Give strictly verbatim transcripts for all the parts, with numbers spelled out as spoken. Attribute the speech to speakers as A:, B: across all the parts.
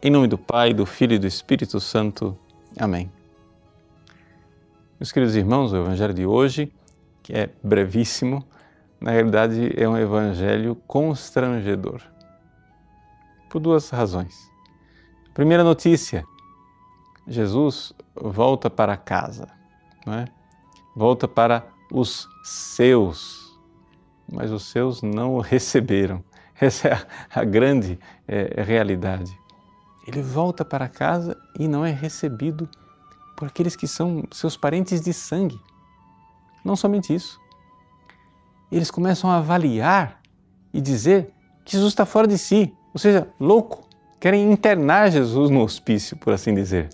A: Em nome do Pai, do Filho e do Espírito Santo. Amém. Meus queridos irmãos, o Evangelho de hoje, que é brevíssimo, na realidade é um Evangelho constrangedor. Por duas razões. Primeira notícia, Jesus volta para casa, não é? Volta para os seus, mas os seus não o receberam. Essa é a, a grande é, realidade. Ele volta para casa e não é recebido por aqueles que são seus parentes de sangue. Não somente isso. Eles começam a avaliar e dizer que Jesus está fora de si, ou seja, louco. Querem internar Jesus no hospício, por assim dizer.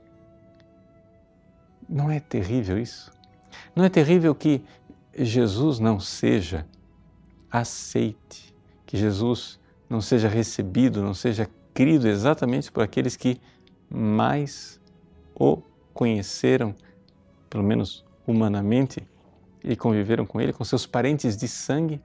A: Não é terrível isso? Não é terrível que Jesus não seja aceite, que Jesus não seja recebido, não seja querido exatamente por aqueles que mais o conheceram, pelo menos humanamente, e conviveram com ele, com seus parentes de sangue?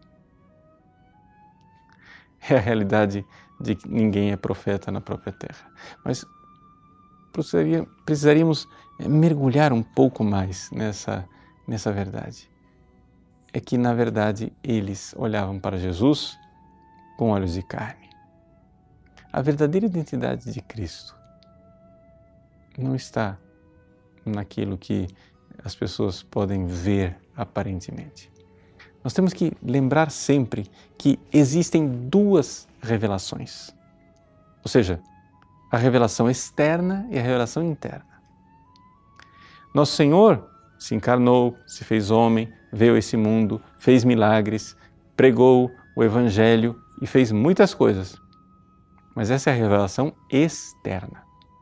A: É a realidade de que ninguém é profeta na própria terra. Mas precisaríamos mergulhar um pouco mais nessa, nessa verdade. É que, na verdade, eles olhavam para Jesus com olhos de carne. A verdadeira identidade de Cristo não está naquilo que as pessoas podem ver aparentemente. Nós temos que lembrar sempre que existem duas revelações. Ou seja, a revelação externa e a revelação interna. Nosso Senhor se encarnou, se fez homem, veio a esse mundo, fez milagres, pregou o Evangelho e fez muitas coisas. Mas essa é a revelação externa.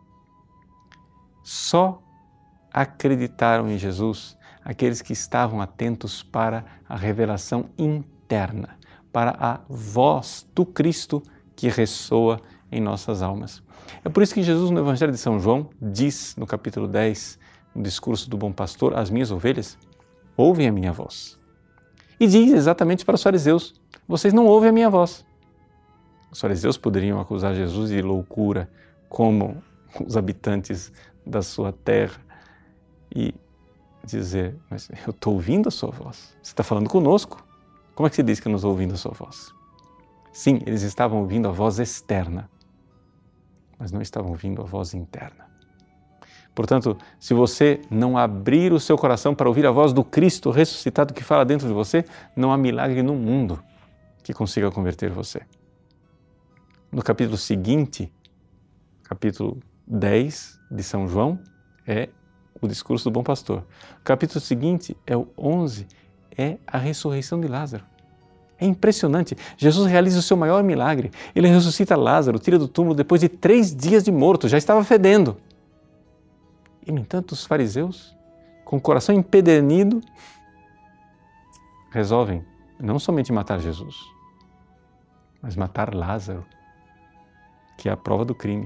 A: Só acreditaram em Jesus aqueles que estavam atentos para a revelação interna, para a voz do Cristo que ressoa em nossas almas. É por isso que Jesus, no Evangelho de São João, diz no capítulo dez, no discurso do bom pastor, as minhas ovelhas ouvem a minha voz. E diz exatamente para os fariseus, vocês não ouvem a minha voz. Os fariseus poderiam acusar Jesus de loucura, como os habitantes da sua terra, e dizer, mas eu estou ouvindo a sua voz, você está falando conosco, como é que você diz que eu não estou ouvindo a sua voz? Sim, eles estavam ouvindo a voz externa, mas não estavam ouvindo a voz interna. Portanto, se você não abrir o seu coração para ouvir a voz do Cristo ressuscitado que fala dentro de você, não há milagre no mundo que consiga converter você. No capítulo seguinte, capítulo dez de São João, é o discurso do bom pastor. O capítulo seguinte é o onze, é a ressurreição de Lázaro. É impressionante. Jesus realiza o seu maior milagre. Ele ressuscita Lázaro, tira do túmulo depois de três dias de morto, já estava fedendo. E, no entanto, os fariseus, com o coração empedernido, resolvem não somente matar Jesus, mas matar Lázaro, que é a prova do crime.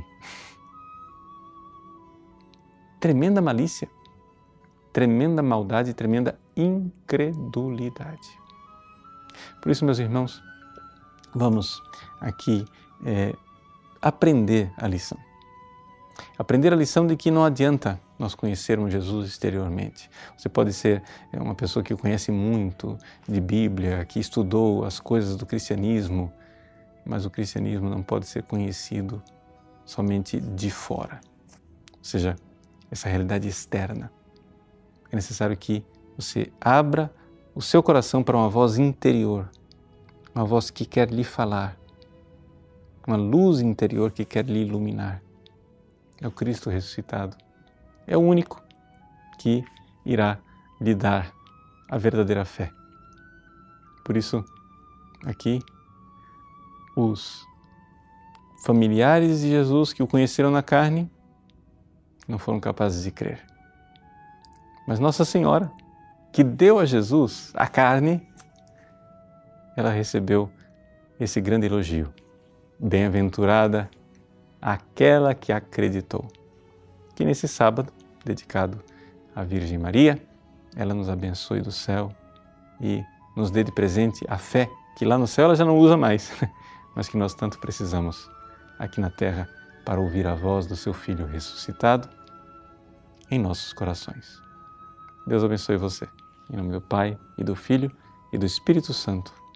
A: Tremenda malícia, tremenda maldade, tremenda incredulidade. Por isso, meus irmãos, vamos aqui é, aprender a lição. Aprender a lição de que não adianta nós conhecermos Jesus exteriormente. Você pode ser uma pessoa que conhece muito de Bíblia, que estudou as coisas do cristianismo, mas o cristianismo não pode ser conhecido somente de fora. Ou seja, essa realidade externa. É necessário que você abra o seu coração para uma voz interior, uma voz que quer lhe falar, uma luz interior que quer lhe iluminar. É o Cristo ressuscitado. É o único que irá lhe dar a verdadeira fé. Por isso, aqui, os familiares de Jesus que o conheceram na carne não foram capazes de crer. Mas Nossa Senhora, que deu a Jesus a carne, ela recebeu esse grande elogio. Bem-aventurada aquela que acreditou. Que nesse sábado, dedicado à Virgem Maria, ela nos abençoe do céu e nos dê de presente a fé, que lá no céu ela já não usa mais, mas que nós tanto precisamos aqui na terra para ouvir a voz do seu Filho ressuscitado em nossos corações. Deus abençoe você. Em nome do Pai, e do Filho, e do Espírito Santo.